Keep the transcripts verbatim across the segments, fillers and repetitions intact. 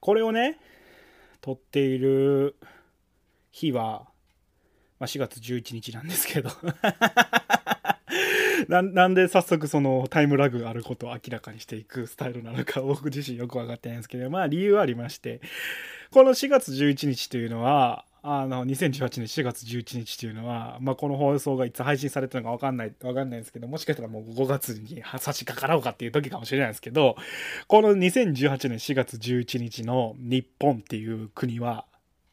これをね撮っている日は、まあ、しがつじゅういちにちなんですけどな, なんで早速そのタイムラグがあることを明らかにしていくスタイルなのか僕自身よく分かってないんですけど、まあ理由はありまして、このしがつじゅういちにちというのはあのにせんじゅうはちねんしがつじゅういちにちというのは、まあ、この放送がいつ配信されたのか分かんない分かんないですけど、もしかしたらもうごがつに差し掛かろうかっていう時かもしれないですけど、このにせんじゅうはちねんしがつじゅういちにちの日本っていう国は、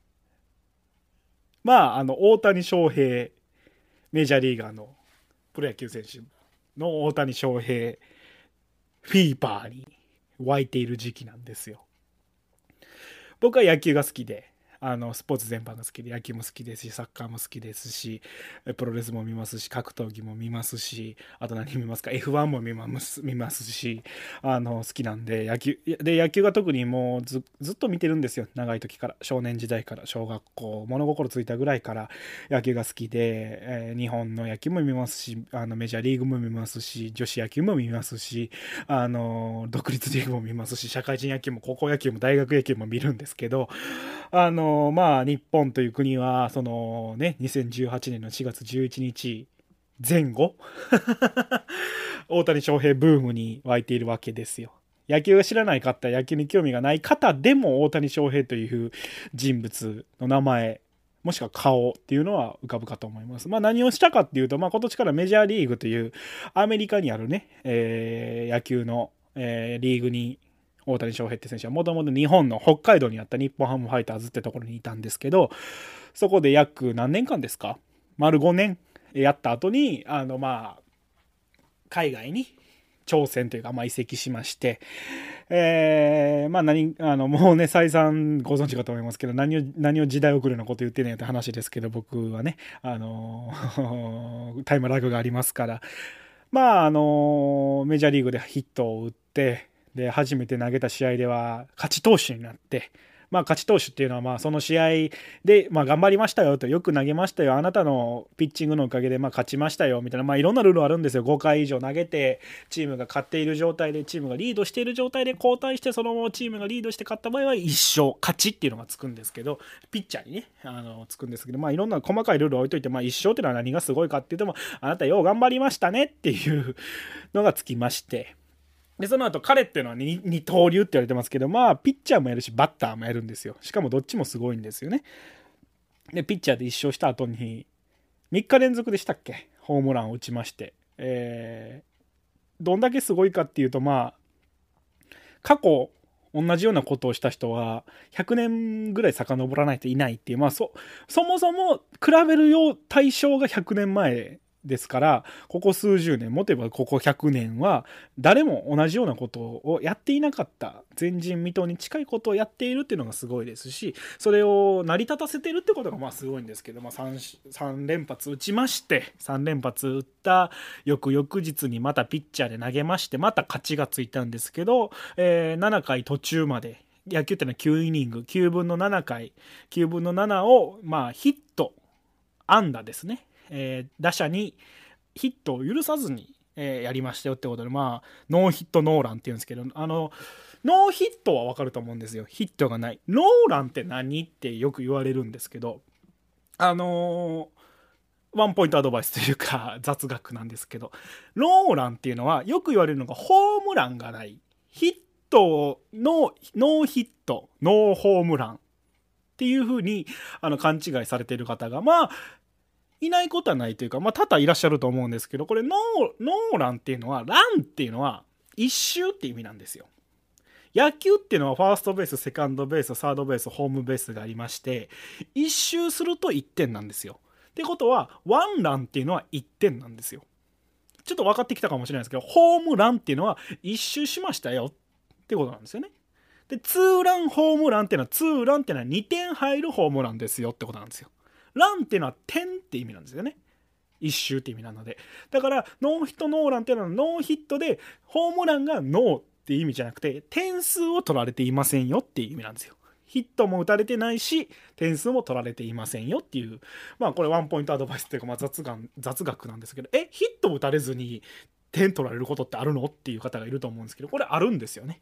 まああの大谷翔平、メジャーリーガーのプロ野球選手の大谷翔平フィーバーに湧いている時期なんですよ。僕は野球が好きで、あのスポーツ全般が好きで、野球も好きですし、サッカーも好きですし、プロレスも見ますし、格闘技も見ますし、あと何見ますか エフワン も見ます見ますし、あの好きなんで、野球で野球が特にもう ず, ずっと見てるんですよ。長い時から、少年時代から、小学校物心ついたぐらいから野球が好きで、えー、日本の野球も見ますし、あのメジャーリーグも見ますし、女子野球も見ますし、あの独立リーグも見ますし、社会人野球も高校野球も大学野球も見るんですけど、あのまあ日本という国はそのねにせんじゅうはちねんのしがつじゅういちにち前後大谷翔平ブームに沸いているわけですよ。野球が知らない方、野球に興味がない方でも大谷翔平という人物の名前もしくは顔っていうのは浮かぶかと思います。まあ何をしたかっていうと、まあ今年からメジャーリーグというアメリカにあるね、えー、野球の、えー、リーグに大谷翔平って選手はもともと日本の北海道にあった日本ハムファイターズってところにいたんですけど、そこで約何年間ですか、丸ごねんやった後にあのまあ海外に挑戦というか、まあ、移籍しまして、えー、まあ何あのもうね再三ご存知かと思いますけど、何を何を時代遅れのこと言ってねえって話ですけど、僕はねあのタイムラグがありますから、まああのメジャーリーグでヒットを打って、で初めて投げた試合では勝ち投手になって、まあ勝ち投手っていうのはまあその試合でまあ頑張りましたよと、よく投げましたよ、あなたのピッチングのおかげでまあ勝ちましたよみたいな、まあいろんなルールあるんですよ。ごかい以上投げてチームが勝っている状態で、チームがリードしている状態で交代して、そのままチームがリードして勝った場合はいっ勝勝ちっていうのがつくんですけど、ピッチャーにねあのつくんですけど、まあいろんな細かいルールを置いといて、まあいっ勝っていうのは何がすごいかっていうと、もあなたよう頑張りましたねっていうのがつきまして、でその後彼っていうのは 二, 二刀流って言われてますけど、まあピッチャーもやるしバッターもやるんですよ。しかもどっちもすごいんですよね。でピッチャーでいっ勝した後にみっか連続でしたっけホームランを打ちまして、えー、どんだけすごいかっていうと、まあ過去同じようなことをした人はひゃくねんぐらい遡らないといないっていう、まあ そ, そもそも比べるよう対象がひゃくねんまえですから、ここ数十年もといえばここひゃくねんは誰も同じようなことをやっていなかった、前人未到に近いことをやっているっていうのがすごいですし、それを成り立たせてるってことがまあすごいんですけど、まあ、3, 3連発打ちまして、さん連発打った翌々日にまたピッチャーで投げまして、また勝ちがついたんですけど、えー、ななかい途中まで、野球ってのはきゅうイニング、きゅうぶんのななかい、きゅうぶんのななをまあヒット安打ですね、えー、打者にヒットを許さずに、えー、やりましたよってことで、まあノーヒットノーランって言うんですけど、あのノーヒットは分かると思うんですよ。ヒットがない。ノーランって何ってよく言われるんですけど、あのー、ワンポイントアドバイスというか雑学なんですけど、ノーランっていうのはよく言われるのがホームランがない、ヒットのノーヒットノーホームランっていう風にあの勘違いされている方がまあいないことはないというか、まあ多々いらっしゃると思うんですけど、これノー、ノーランっていうのは、ランっていうのは一周って意味なんですよ。野球っていうのはファーストベース、セカンドベース、サードベース、ホームベースがありまして、一周するといってんなんですよ。ってことはワンランっていうのはいってんなんですよ。ちょっと分かってきたかもしれないですけど、ホームランっていうのは一周しましたよってことなんですよね。でツーランホームランっていうのは、ツーランっていうのはにてん入るホームランですよってことなんですよ。ランっていうのは点って意味なんですよね。一周って意味なので。だからノーヒットノーランっていうのはノーヒットでホームランがノーって意味じゃなくて、点数を取られていませんよっていう意味なんですよ。ヒットも打たれてないし点数も取られていませんよっていう、まあこれワンポイントアドバイスっていうか、まあ 雑学、雑学なんですけど、えヒット打たれずに点取られることってあるのっていう方がいると思うんですけど、これあるんですよね。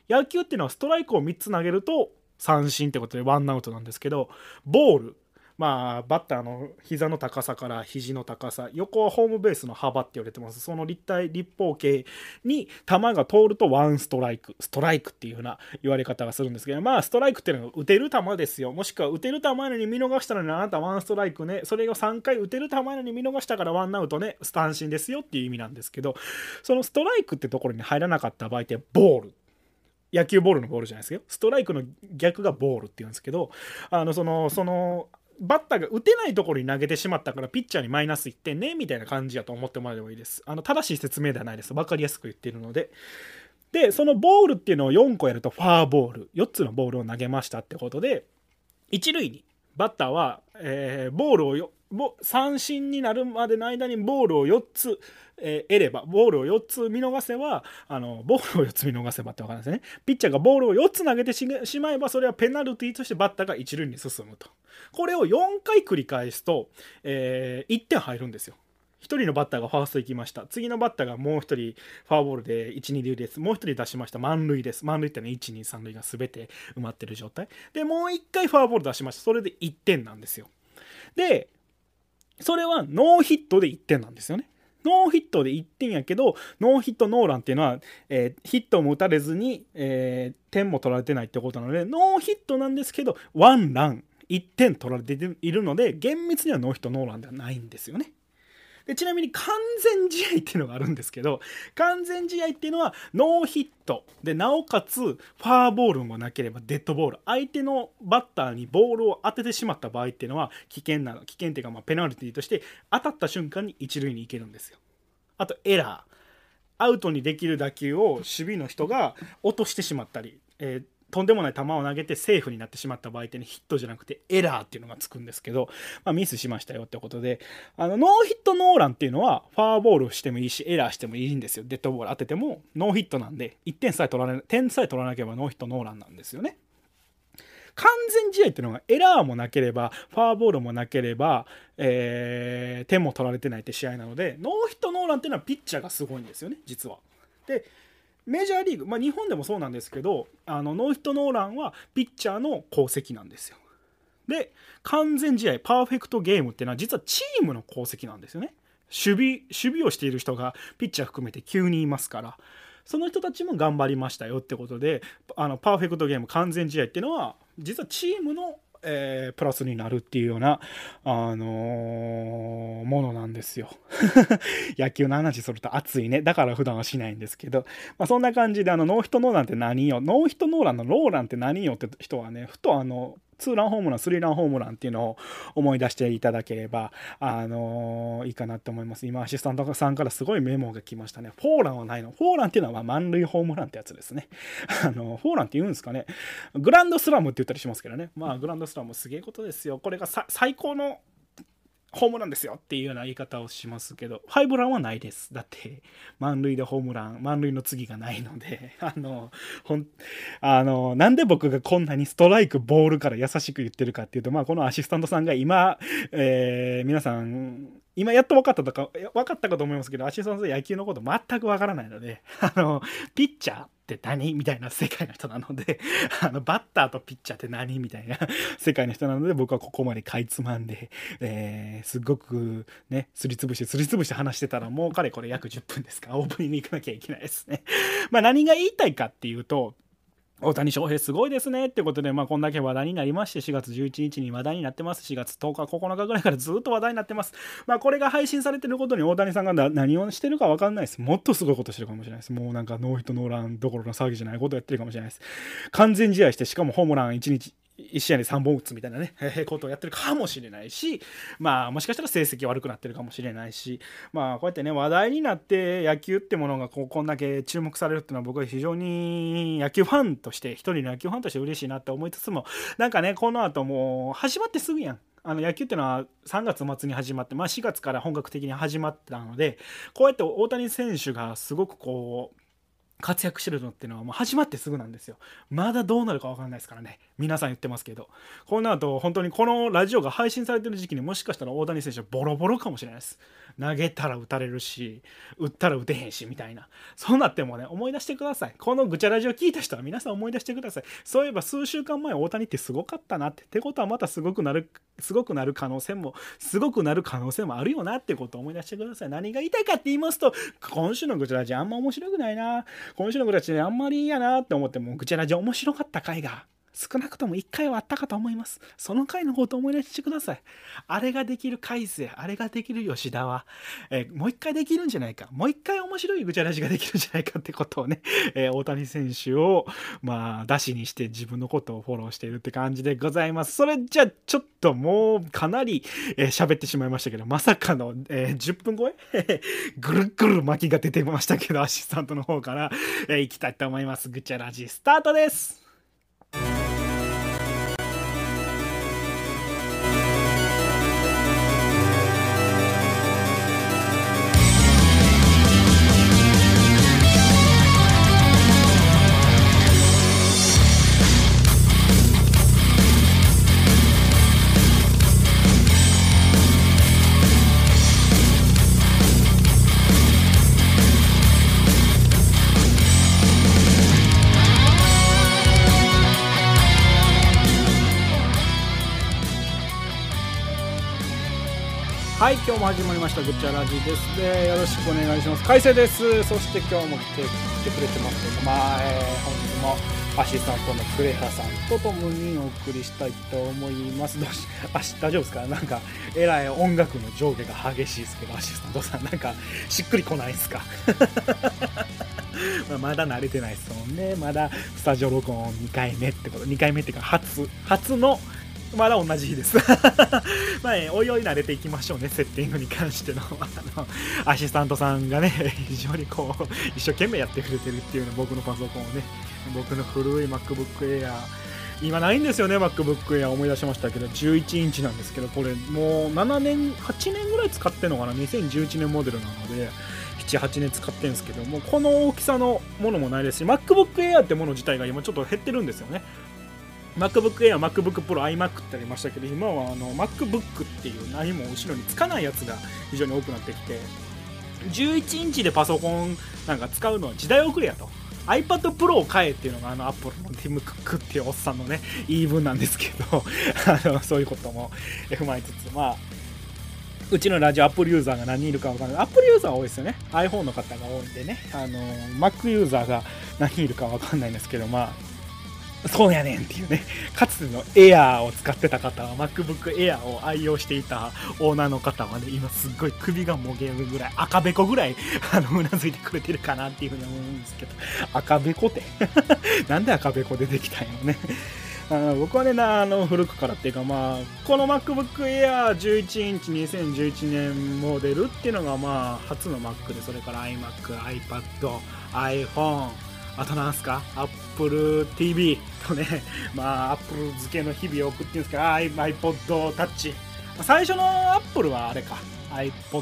野球っていうのはストライクをみっつ投げると三振ってことでワンアウトなんですけど、ボール、まあバッターの膝の高さから肘の高さ、横はホームベースの幅って言われてます。その立体立方形に球が通るとワンストライク、ストライクっていう風な言われ方がするんですけど、まあストライクっていうのは打てる球ですよ。もしくは打てる球なのに見逃したのにあなたワンストライクね、それをさんかい打てる球なのに見逃したからワンアウトね、三振ですよっていう意味なんですけど、そのストライクってところに入らなかった場合ってボール、野球ボールのボールじゃないですよ。ストライクの逆がボールって言うんですけど、あのそのそのバッターが打てないところに投げてしまったからピッチャーにマイナスいってんねみたいな感じだと思ってもらえればいいです。あの正しい説明ではないです。分かりやすく言っているので。でそのボールっていうのをよんこやるとファーボール、よっつのボールを投げましたってことで、一塁にバッターは、えー、ボールをよ三振になるまでの間にボールをよっつ、えー、得れば、ボールをよっつ見逃せば、あのボールをよっつ見逃せばって分かるんですね。ピッチャーがボールをよっつ投げてしまえば、それはペナルティーとしてバッターが一塁に進むと。これをよんかい繰り返すと、えー、いってん入るんですよ。ひとりのバッターがファースト行きました。次のバッターがもうひとりフォアボールでいち、に塁です。もうひとり出しました。満塁です。満塁ってのはいち、に、さん塁が全て埋まってる状態。で、もういっかいフォアボール出しました。それでいってんなんですよ。で、それはノーヒットでいってんなんですよね。ノーヒットでいってんやけど、ノーヒットノーランっていうのは、えー、ヒットも打たれずに、えー、点も取られてないってことなので、ノーヒットなんですけど、ワンラン、いってん取られているので、厳密にはノーヒットノーランではないんですよね。でちなみに完全試合っていうのがあるんですけど、完全試合っていうのはノーヒットで、なおかつファーボールもなければデッドボール、相手のバッターにボールを当ててしまった場合っていうのは危険な危険っていうかまあペナルティーとして当たった瞬間に一塁に行けるんですよ。あとエラー、アウトにできる打球を守備の人が落としてしまったり、えーとんでもない球を投げてセーフになってしまった場合って、ね、ヒットじゃなくてエラーっていうのがつくんですけど、まあ、ミスしましたよってことで、あのノーヒットノーランっていうのはファーボールしてもいいしエラーしてもいいんですよ。デッドボール当ててもノーヒットなんで、いってんさえ取られ点さえ取らなければノーヒットノーランなんですよね。完全試合っていうのがエラーもなければファーボールもなければ、えー、点も取られてないって試合なので、ノーヒットノーランっていうのはピッチャーがすごいんですよね、実は。でメジャーリーグ、まあ、日本でもそうなんですけど、あのノーヒットノーランはピッチャーの功績なんですよ。で完全試合パーフェクトゲームっていうのは実はチームの功績なんですよね。守備守備をしている人がピッチャー含めてきゅうにんいますから、その人たちも頑張りましたよってことで、あのパーフェクトゲーム完全試合っていうのは実はチームのえー、プラスになるっていうような、あのー、ものなんですよ。野球の話すると熱いね。だから普段はしないんですけど、まあ、そんな感じであのノーヒットノーランって何よ、ノーヒットノーランのローランって何よって人はね、ふとあのツーランホームラン、スリーランホームランっていうのを思い出していただければ、あのー、いいかなと思います。今、アシスタントさんからすごいメモが来ましたね。フォーランはないの。フォーランっていうのはまあ満塁ホームランってやつですね。あの、フォーランって言うんですかね。グランドスラムって言ったりしますけどね。まあ、グランドスラムすげえことですよ。これがさ最高のホームランですよっていうような言い方をしますけど、ファイブランはないです。だって満塁でホームラン、満塁の次がないので、あのほんあのなんで僕がこんなにストライクボールから優しく言ってるかっていうと、まあこのアシスタントさんが今、えー、皆さん今やっと分かったとか分かったかと思いますけど、アシスタントさん野球のこと全く分からないので、あのピッチャーって何みたいな世界の人なので、あのバッターとピッチャーって何みたいな世界の人なので、僕はここまでかいつまんで、えー、すごくねすりつぶしてすりつぶして話してたら、もうかれこれ約じゅっぷんですか。オープニング行かなきゃいけないですね。まあ何が言いたいかっていうと、大谷翔平すごいですねってことで、まあ、こんだけ話題になりまして、しがつじゅういちにちに話題になってます。しがつとおか、ここのかぐらいからずっと話題になってます。まあ、これが配信されてることに大谷さんが何をしてるか分かんないです。もっとすごいことしてるかもしれないです。もうなんかノーヒットノーランどころの騒ぎじゃないことをやってるかもしれないです。完全試合して、しかもホームランいちにちいち試合でさんぼん打つみたいなね、えー、ことをやってるかもしれないし、まあもしかしたら成績悪くなってるかもしれないし、まあこうやってね話題になって野球ってものがこうこんだけ注目されるっていうのは、僕は非常に野球ファンとして一人の野球ファンとして嬉しいなって思いつつも、なんかねこの後もう始まってすぐやん。あの野球っていうのはさんがつ末に始まって、まあ、しがつから本格的に始まったので、こうやって大谷選手がすごくこう活躍してるのっていうのはもう始まってすぐなんですよ。まだどうなるか分かんないですからね。皆さん言ってますけど。この後本当にこのラジオが配信されてる時期にもしかしたら大谷選手はボロボロかもしれないです。投げたら打たれるし、打ったら打てへんしみたいな。そうなってもね、思い出してください。このぐちゃラジオ聞いた人は皆さん思い出してください。そういえば数週間前大谷ってすごかったなって。ってことはまたすごくなる、すごくなる可能性も、すごくなる可能性もあるよなってことを思い出してください。何が言いたいかって言いますと、今週のぐちゃラジオあんま面白くないな。今週のぐちゃラジオあんまりいいやなって思っても、ぐちゃラジオ面白かった回が少なくともいっかいはあったかと思います。その回のことを思い出してください。あれができる海星、あれができる吉田は、えー、もう一回できるんじゃないか、もう一回面白いぐちゃラジができるんじゃないかってことをね、えー、大谷選手をまあ出しにして自分のことをフォローしているって感じでございます。それじゃあちょっともうかなり喋、えー、ってしまいましたけど、まさかの、えー、じゅっぷん超えぐるぐる巻きが出てましたけど、アシスタントの方から、えー、いきたいと思います。ぐちゃラジスタートです。はい、今日も始まりましたぐちゃラジですね。よろしくお願いします。海星です。そして今日も来て来てくれてますけど、まあ、えー、本日もアシスタントのクレハさんとともにお送りしたいと思います。どうし、あし大丈夫ですか？なんかえらい音楽の上下が激しいですけど、アシスタントさんなんかしっくりこないですか？まあまだ慣れてないですもんね。まだスタジオ録音にかいめってこと、にかいめっていうか初初のまだ同じ日です。まあ、ね、おいおい慣れていきましょうね、セッティングに関しての。あのアシスタントさんがね、非常にこう、一生懸命やってくれてるっていうの僕のパソコンをね、僕の古い MacBook Air、今ないんですよね、MacBook Air 思い出しましたけど、じゅういちインチなんですけど、これもうななねん、はちねんぐらい使ってんのかな、にせんじゅういちねんモデルなので、なな、はちねん使ってるんですけども、この大きさのものもないですし、MacBook Air ってもの自体が今ちょっと減ってるんですよね。MacBook Air、MacBook Pro、iMac ってありましたけど、今はあの MacBook っていう何も後ろにつかないやつが非常に多くなってきて、じゅういちインチでパソコンなんか使うのは時代遅れやと。iPad Pro を買えっていうのがあの Apple のティム・クックっていうおっさんのね言い分なんですけどあのそういうことも踏まえつつ、まあうちのラジオ Apple ユーザーが何人いるか分からない。Apple ユーザー多いですよね。 iPhone の方が多いんでね、あの Mac ユーザーが何人いるか分かんないんですけど、まあそうやねんっていうね、かつての Air を使ってた方は MacBook Air を愛用していたオーナーの方はね、今すっごい首がもげるぐらい、赤べこぐらいあのうなずいてくれてるかなっていうふうに思うんですけど、赤べこってなんで赤べこ出てきたんやろね。あの僕はねなあの古くからっていうか、まあこの MacBook Air じゅういちインチにせんじゅういちねんモデルっていうのがまあ初の Mac で、それから iMac、iPad、iPhone、あとなんすか Apple ティーブイ とね、まあ Apple 漬けの日々を送ってるんですけど、iPod Touch、最初の Apple はあれか iPod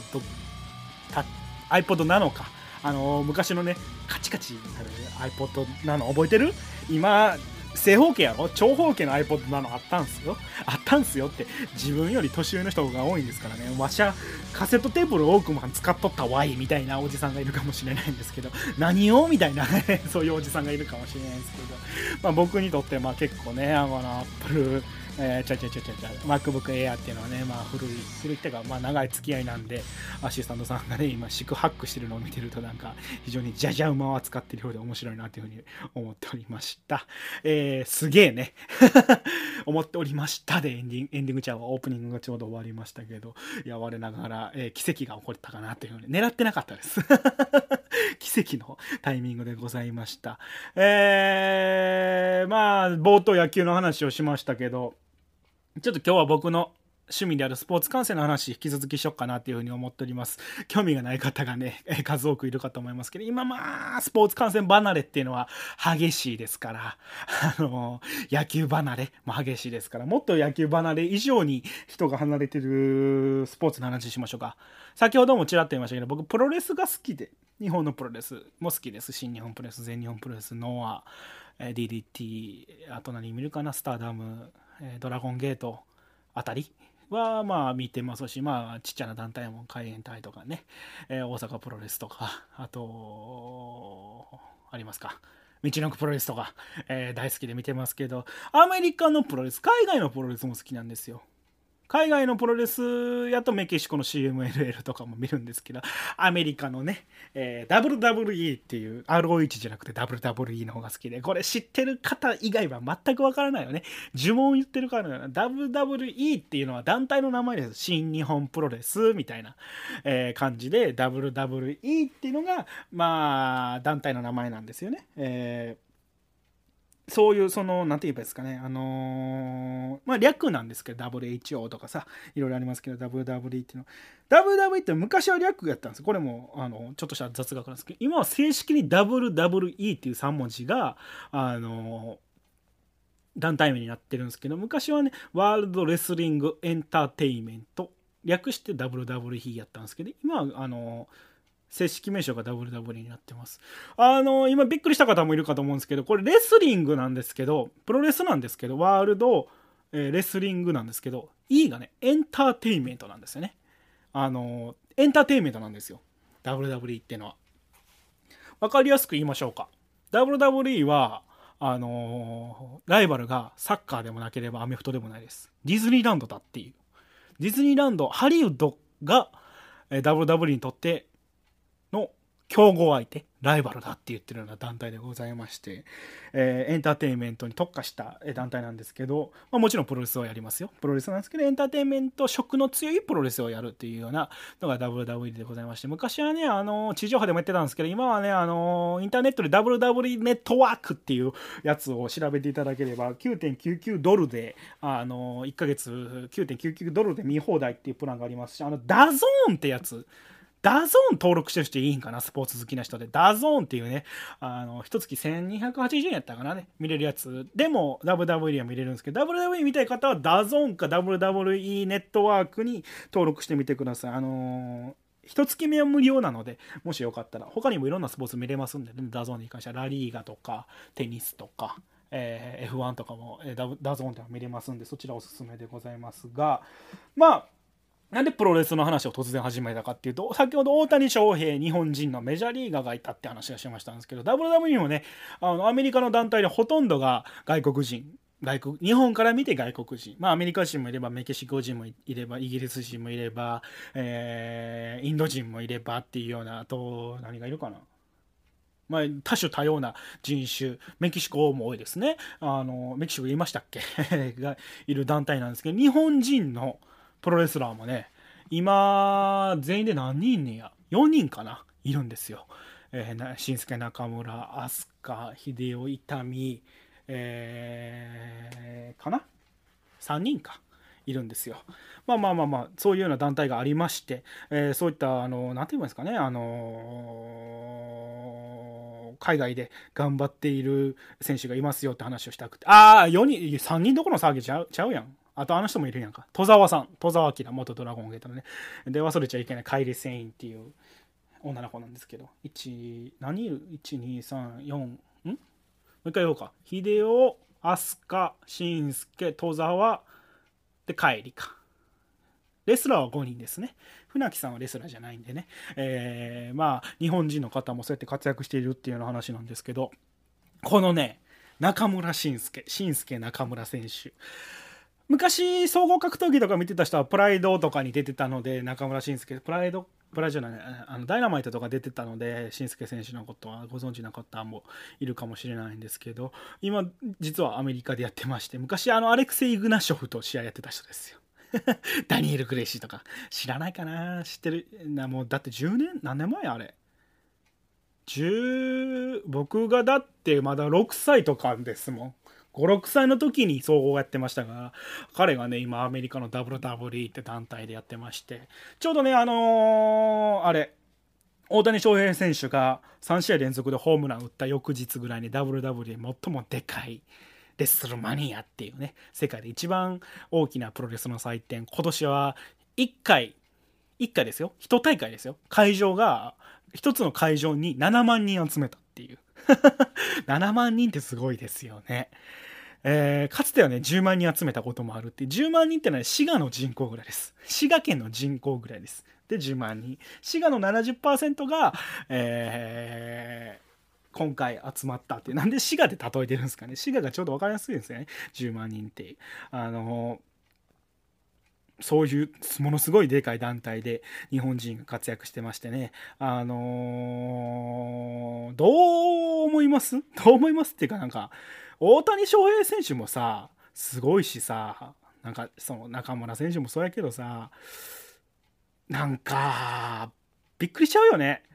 iPod なのか、あの昔のねカチカチになる iPod なの覚えてる？今正方形やろ、長方形の iPod なのあったんすよ、あったんすよって、自分より年上の人が多いんですからね。わしゃカセットテープルウォークマン使っとったわいみたいなおじさんがいるかもしれないんですけど、何をみたいなそういうおじさんがいるかもしれないんですけど、まあ僕にとってまあ結構ね、あの Apple、えー、ちゃちゃちゃちゃちゃ MacBook Air っていうのはね、まあ古い古いっていうか、まあ長い付き合いなんで、アシスタントさんがね今四苦八苦してるのを見てると、なんか非常にじゃじゃ馬を扱ってるようで面白いなというふうに思っておりました。えー、すげえね思っておりましたでエンディングエンディングちゃうわ、オープニングがちょうど終わりましたけど、いや我ながら、えー、奇跡が起こったかなというふうに狙ってなかったです奇跡のタイミングでございました。えー、まあ冒頭野球の話をしましたけど、ちょっと今日は僕の趣味であるスポーツ観戦の話引き続きしよっかなっていうふうに思っております。興味がない方がね数多くいるかと思いますけど、今まあスポーツ観戦離れっていうのは激しいですから、あの野球離れも激しいですから、もっと野球離れ以上に人が離れてるスポーツの話しましょうか。先ほどもちらっと言いましたけど、僕プロレスが好きで、日本のプロレスも好きです。新日本プロレス、全日本プロレス、ノア、ディーディーティー、あと何見るかな、スターダム、ドラゴンゲートあたりはまあ見てますし、まあちっちゃな団体も海援隊とかね、えー、大阪プロレスとか、あとありますか、道のくプロレスとか、えー、大好きで見てますけど、アメリカのプロレス、海外のプロレスも好きなんですよ。海外のプロレスやとメキシコの シーエムエルエル とかも見るんですけど、アメリカのね、えー、ダブリューダブリューイー っていう アールオーエイチ じゃなくて ダブリューダブリューイー の方が好きで、これ知ってる方以外は全くわからないよね。呪文言ってるからな。ダブリューダブリューイー っていうのは団体の名前です。新日本プロレスみたいな、えー、感じで ダブリューダブリューイー っていうのがまあ団体の名前なんですよね。えーそういう、その、なんて言えばいいですかね。あのー、まあ、略なんですけど、ダブリューエイチオー とかさ、いろいろありますけど、ダブリューダブリューイー っていうの。ダブリューダブリューイー って昔は略やったんです。これも、あの、ちょっとした雑学なんですけど、今は正式に ダブリューダブリューイー っていうさん文字が、あのー、団体名になってるんですけど、昔はね、ワールドレスリングエンターテインメント、略して ダブリューダブリューイー やったんですけど、今は、あのー、正式名称が ダブリューダブリューイー になってます。あの、今びっくりした方もいるかと思うんですけど、これレスリングなんですけど、プロレスなんですけど、ワールド、えー、レスリングなんですけど、E がね、エンターテインメントなんですよね。あの、エンターテインメントなんですよ。ダブリューダブリューイー っていうのは。わかりやすく言いましょうか。ダブリューダブリューイー は、あのー、ライバルがサッカーでもなければアメフトでもないです。ディズニーランドだっていう。ディズニーランド、ハリウッドが ダブリューダブリューイー にとっての競合相手、ライバルだって言ってるような団体でございまして、えー、エンターテインメントに特化した団体なんですけど、まあ、もちろんプロレスをやりますよ。プロレスなんですけど、エンターテインメント色の強いプロレスをやるっていうようなのが ダブリューダブリューイー でございまして、昔はね、あの、地上波でもやってたんですけど、今はね、あの、インターネットで ダブリューダブリューイー ネットワークっていうやつを調べていただければ、きゅうてんきゅうきゅうドルで、あの、いっかげつ きゅうてんきゅうきゅうドルで見放題っていうプランがありますし、あの、ダゾーンってやつ、ダゾーン登録してる人いいんかな、スポーツ好きな人で。ダゾーンっていうね、あの、一月せんにひゃくはちじゅうえんやったかなね、見れるやつ。でも、ダブリューダブリューイー は見れるんですけど、ダブリューダブリューイー 見たい方は、ダゾーンか ダブリューダブリューイー ネットワークに登録してみてください。あのー、一月目は無料なので、もしよかったら、他にもいろんなスポーツ見れますんで、ね、ダゾーンに関しては、ラリーガとか、テニスとか、えー、エフワン とかも、えー、ダ, ダゾーンでは見れますんで、そちらおすすめでございますが、まあ、なんでプロレスの話を突然始めたかっていうと、先ほど大谷翔平、日本人のメジャーリーガーがいたって話がしましたんですけど、ダブリューダブリューイー もね、あのアメリカの団体でほとんどが外国人、外国日本から見て外国人、まあアメリカ人もいればメキシコ人もいればイギリス人もいれば、えー、インド人もいればっていうような、あと何がいるかな、まあ、多種多様な人種、メキシコも多いですね。あのメキシコ言いましたっけがいる団体なんですけど、日本人のプロレスラーもね、今全員で何人ねやよにんかないるんですよ。えー、新助中村、飛鳥、秀夫、伊丹、えー、かなさんにんかいるんですよ。まあまあまあまあ、そういうような団体がありまして、えー、そういったあのなんて言いますかね、あのー、海外で頑張っている選手がいますよって話をしたくて、ああよにんさんにんどころの騒ぎちゃうちゃうやん。あとあの人もいるやんか。戸沢さん。戸沢明、元ドラゴンゲートのね。で、忘れちゃいけないカイリ・セインっていう女の子なんですけど。いち、何いる ?いち、に、さん、よん、んもう一回言おうか。秀夫、飛鳥、新助、戸沢、で、帰りか。レスラーはごにんですね。船木さんはレスラーじゃないんでね。えー、まあ、日本人の方もそうやって活躍しているっていうような話なんですけど、このね、中村慎介、慎介中村選手。昔総合格闘技とか見てた人はプライドとかに出てたので、中村慎介、プライドプライドじゃない、あのダイナマイトとか出てたので、慎介選手のことはご存知な方もいるかもしれないんですけど、今実はアメリカでやってまして、昔あのアレクセイ・イグナショフと試合やってた人ですよ。ダニエル・グレイシーとか知らないかな、知ってるな。もうだってじゅうねん、何年前あれ、じゅう僕がだってまだろくさいとかですもん。 ご、ろくさいの時に総合をやってましたが、彼がね、今アメリカの ダブリューダブリューイー って団体でやってまして、ちょうどね、あのー、あれ、大谷翔平選手がさん試合連続でホームラン打った翌日ぐらいに ダブリューダブリューイー 最もでかいレッスルマニアっていうね、世界で一番大きなプロレスの祭典、今年はいっかい、いっかいですよ、いち大会ですよ、会場がひとつの会場にななまんにん集めたっていうななまんにんってすごいですよね。えー、かつてはねじゅうまんにん集めたこともあるって。じゅうまんにんってのは滋賀の人口ぐらいです。滋賀県の人口ぐらいです。でじゅうまんにん、滋賀の ななじゅっパーセント が、えー、今回集まったって。なんで滋賀で例えてるんですかね。滋賀がちょうど分かりやすいですよね、じゅうまんにんって。あのそういうものすごいでかい団体で日本人が活躍してましてね、あのー、どう思いますどう思いますっていうか、なんか大谷翔平選手もさすごいしさ、なんかその中村選手もそうやけどさ、なんかびっくりしちゃうよね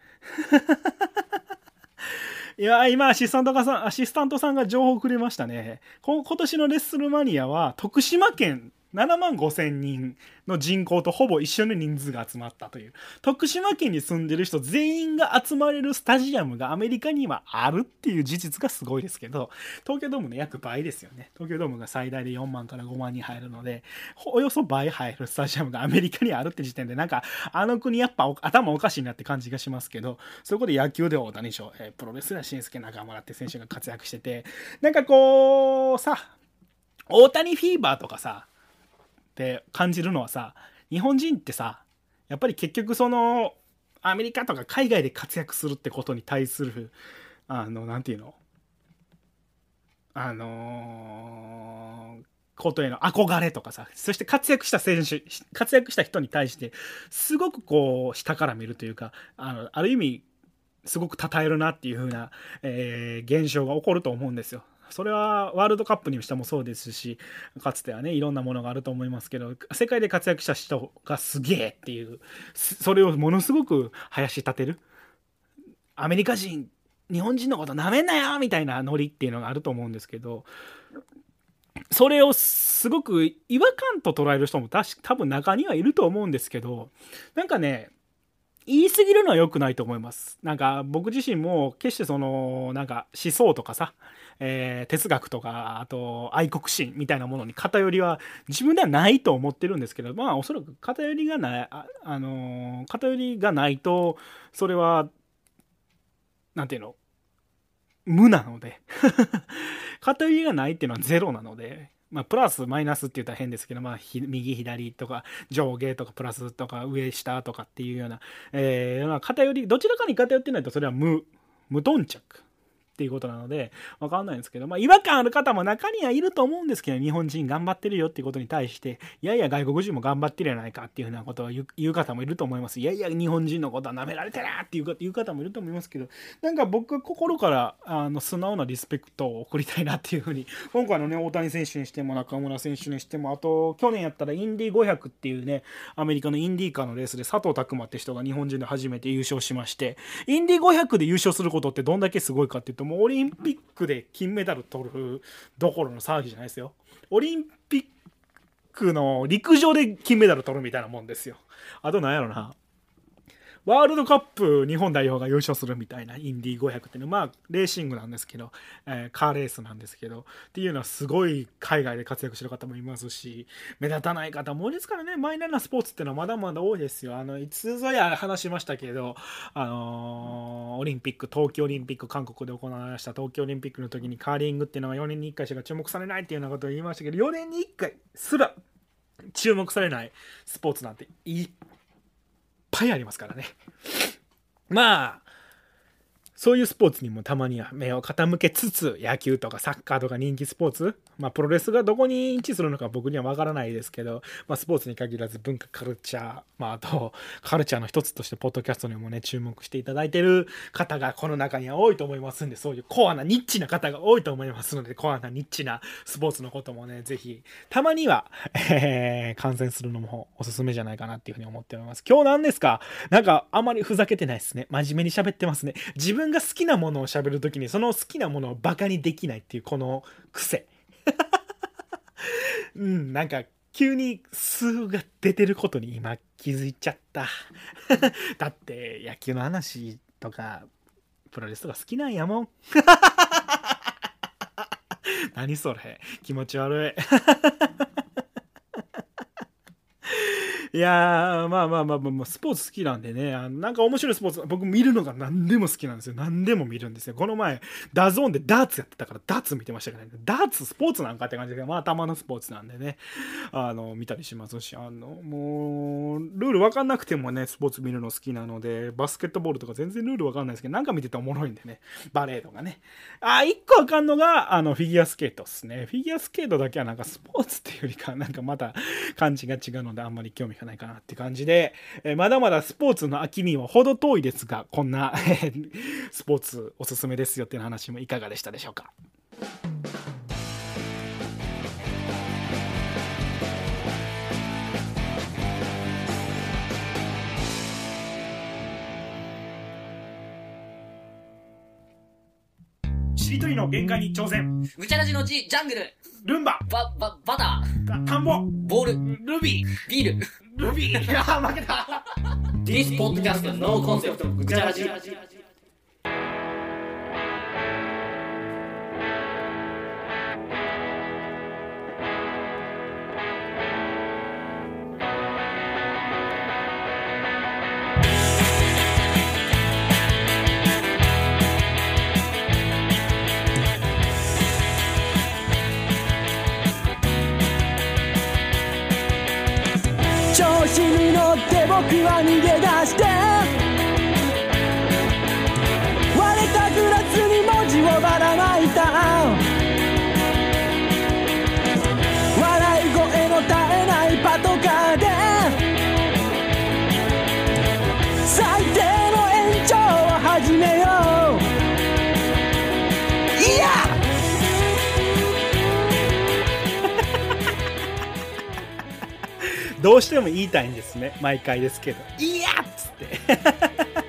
いや今アシスタントがさんアシスタントさんが情報くれましたね。今年のレッスルマニアは徳島県ななまんごせんにんの人口とほぼ一緒の人数が集まったという。徳島県に住んでる人全員が集まれるスタジアムがアメリカにはあるっていう事実がすごいですけど、東京ドームの約倍ですよね。東京ドームが最大でよんまんからごまんにん入るので、およそ倍入るスタジアムがアメリカにあるって時点で、なんかあの国やっぱ頭おかしいなって感じがしますけど、そこで野球で大谷翔平、プロレスで新助中村って選手が活躍してて、なんかこうさ、大谷フィーバーとかさって感じるのはさ、日本人ってさやっぱり結局そのアメリカとか海外で活躍するってことに対するあのなんていうのあのー、ことへの憧れとかさ、そして活躍した選手活躍した人に対してすごくこう下から見るというか、あのある意味すごく称えるなっていう風な、えー、現象が起こると思うんですよ。それはワールドカップにしてもそうですし、かつてはねいろんなものがあると思いますけど、世界で活躍した人がすげえっていう、それをものすごく林立てる、アメリカ人日本人のことなめんなよみたいなノリっていうのがあると思うんですけど、それをすごく違和感と捉える人も多分中にはいると思うんですけど、なんかね言い過ぎるのは良くないと思います。なんか僕自身も決してそのなんか思想とかさ、えー、哲学とかあと愛国心みたいなものに偏りは自分ではないと思ってるんですけど、まあおそらく偏りがない、あ、あのー、偏りがないとそれはなんていうの無なので偏りがないっていうのはゼロなので。まあ、プラスマイナスって言ったら変ですけど、まあ、右左とか上下とかプラスとか上下とかっていうような、えー、偏りどちらかに偏ってないとそれは無無頓着っていうことなので分かんないんですけど、まあ、違和感ある方も中にはいると思うんですけど、日本人頑張ってるよっていうことに対していやいや外国人も頑張ってるやないかっていうふうなことを言う、言う方もいると思います。いやいや日本人のことは舐められてるっていう言う方もいると思いますけど、なんか僕は心からあの素直なリスペクトを送りたいなっていうふうに、今回のね大谷選手にしても中村選手にしても、あと去年やったらインディーごひゃくっていうねアメリカのインディーカーのレースで佐藤拓磨って人が日本人で初めて優勝しまして、インディーごひゃくで優勝することってどんだけすごいかっていうと、もうオリンピックで金メダル取るどころの騒ぎじゃないですよ。オリンピックの陸上で金メダル取るみたいなもんですよ。あと何やろな、ワールドカップ日本代表が優勝するみたいなインディーごひゃくっていうのは、まあレーシングなんですけど、えー、カーレースなんですけどっていうのはすごい海外で活躍してる方もいますし、目立たない方も多いですからね。マイナーなスポーツっていうのはまだまだ多いですよ。あのいつぞや話しましたけど、あのー、オリンピック冬季オリンピック韓国で行われました冬季オリンピックの時にカーリングっていうのはよねんにいっかいしか注目されないっていうようなことを言いましたけど、よねんにいっかいすら注目されないスポーツなんていっぱいありますからね。まあそういうスポーツにもたまには目を傾けつつ、野球とかサッカーとか人気スポーツ、まあプロレスがどこに位置するのか僕にはわからないですけど、まあスポーツに限らず文化カルチャー、まああとカルチャーの一つとしてポッドキャストにもね注目していただいている方がこの中には多いと思いますんで、そういうコアなニッチな方が多いと思いますので、コアなニッチなスポーツのこともねぜひたまには、えー、観戦するのもおすすめじゃないかなっていうふうに思っております。今日なんですか、なんかあまりふざけてないですね。真面目に喋ってますね。自分が好きなものを喋るときにその好きなものをバカにできないっていうこの癖うん、なんか急に数が出てることに今気づいちゃっただって野球の話とかプロレスとか好きなんやもん何それ気持ち悪いいやーまあまあまあまあスポーツ好きなんでね、あのなんか面白いスポーツ僕見るのが何でも好きなんですよ。何でも見るんですよ。この前ダゾーンでダーツやってたからダーツ見てましたからね。ダーツスポーツなんかって感じで、まあ頭のスポーツなんでね、あの見たりしますし、あのもうルール分かんなくてもねスポーツ見るの好きなので、バスケットボールとか全然ルール分かんないですけどなんか見てておもろいんでね、バレーとかね。あ一個分かんのがあのフィギュアスケートっすね。フィギュアスケートだけはなんかスポーツっていうよりかなんかまた感じが違うのであんまり興味がないかなって感じで、えー、まだまだスポーツの秋には程遠いですが、こんなスポーツおすすめですよっていう話もいかがでしたでしょうか。しりとりの限界に挑戦。 ぐちゃらじの字、ジャングル。 ルンバ。 バ、バ、バター。田んぼ。 ボール。 ルビー。 ビール。 ルビー。いやー負けた。 This podcast no concept ぐちゃらじ。 調子に乗って僕は逃げ出して割れたグラスに文字をばらまいた笑い声の絶えないパトカーで最低の延長を始めよう。いやどうしても言いたいんですね、毎回ですけど、いやっつって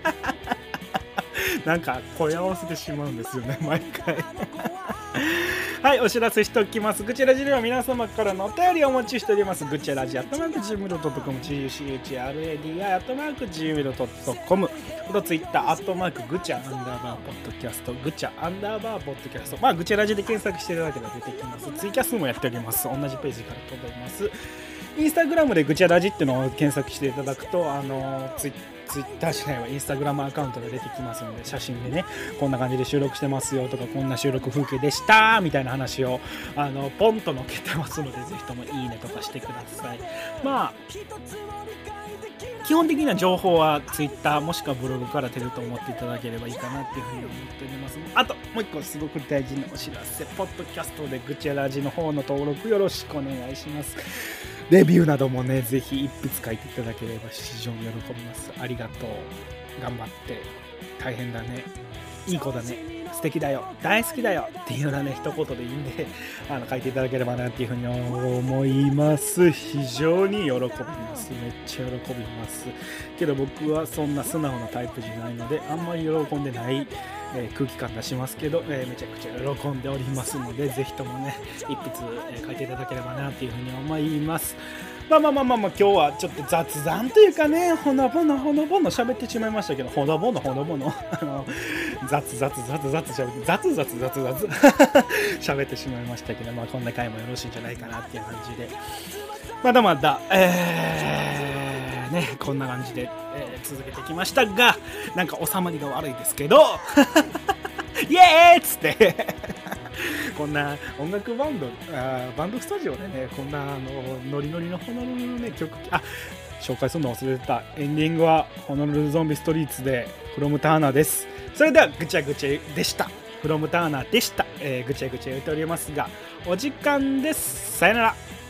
なんか声合わせてしまうんですよね毎回はい、お知らせしておきます。ぐちゃラジでは皆様からのお便りをお待ちしております。ぐちゃラジアットマーク ジーメールドットコム ジーユーシーエイチアールエーディーアイ アットマーク ジーメールドットコム、あとツイッターアットマークぐちゃアンダーバーポッドキャスト、ぐちゃアンダーバーポッドキャスト、まあぐちゃラジで検索していただければ出てきます。ツイキャスもやっております。同じページから飛べます。インスタグラムでぐちゃラジっていうのを検索していただくと、あのツイツイッターしないわインスタグラムアカウントが出てきますので、写真でねこんな感じで収録してますよとか、こんな収録風景でしたみたいな話をあのポンと載っけてますので、ぜひともいいねとかしてください。まあ基本的な情報はツイッターもしくはブログから出ると思っていただければいいかなっていうふうに思っております。あともう一個すごく大事なお知らせ、ポッドキャストでぐちゃラジの方の登録よろしくお願いします。レビューなどもねぜひ一筆書いていただければ非常に喜びます。ありがとう、頑張って、大変だね、いい子だね、素敵だよ、大好きだよっていうようなね一言でいいんで、あの書いていただければなっていうふうに思います。非常に喜びます。めっちゃ喜びますけど、僕はそんな素直なタイプじゃないのであんまり喜んでない、えー、空気感出しますけど、えー、めちゃくちゃ喜んでおりますので、ぜひともね一筆、えー、書いていただければなっていうふうに思います。まあまあまあまあまあ今日はちょっと雑談というかね、ほのぼのほのぼの喋ってしまいましたけど、ほのぼのほのぼのあの雑雑雑雑喋って雑雑雑雑喋ってしまいましたけど、まあこんな回もよろしいんじゃないかなっていう感じで、まだまだえーねこんな感じで、えー、続けてきましたが、なんか収まりが悪いですけどイエーイっつってこんな音楽バンドあバンドスタジオでねこんなあのノリノリのホノルルのね曲、あ紹介するの忘れてた。エンディングはホノルルゾンビストリートでフロムターナーです。それではぐちゃぐちゃでした。フロムターナーでした、えー、ぐちゃぐちゃ言っておりますがお時間です。さよなら。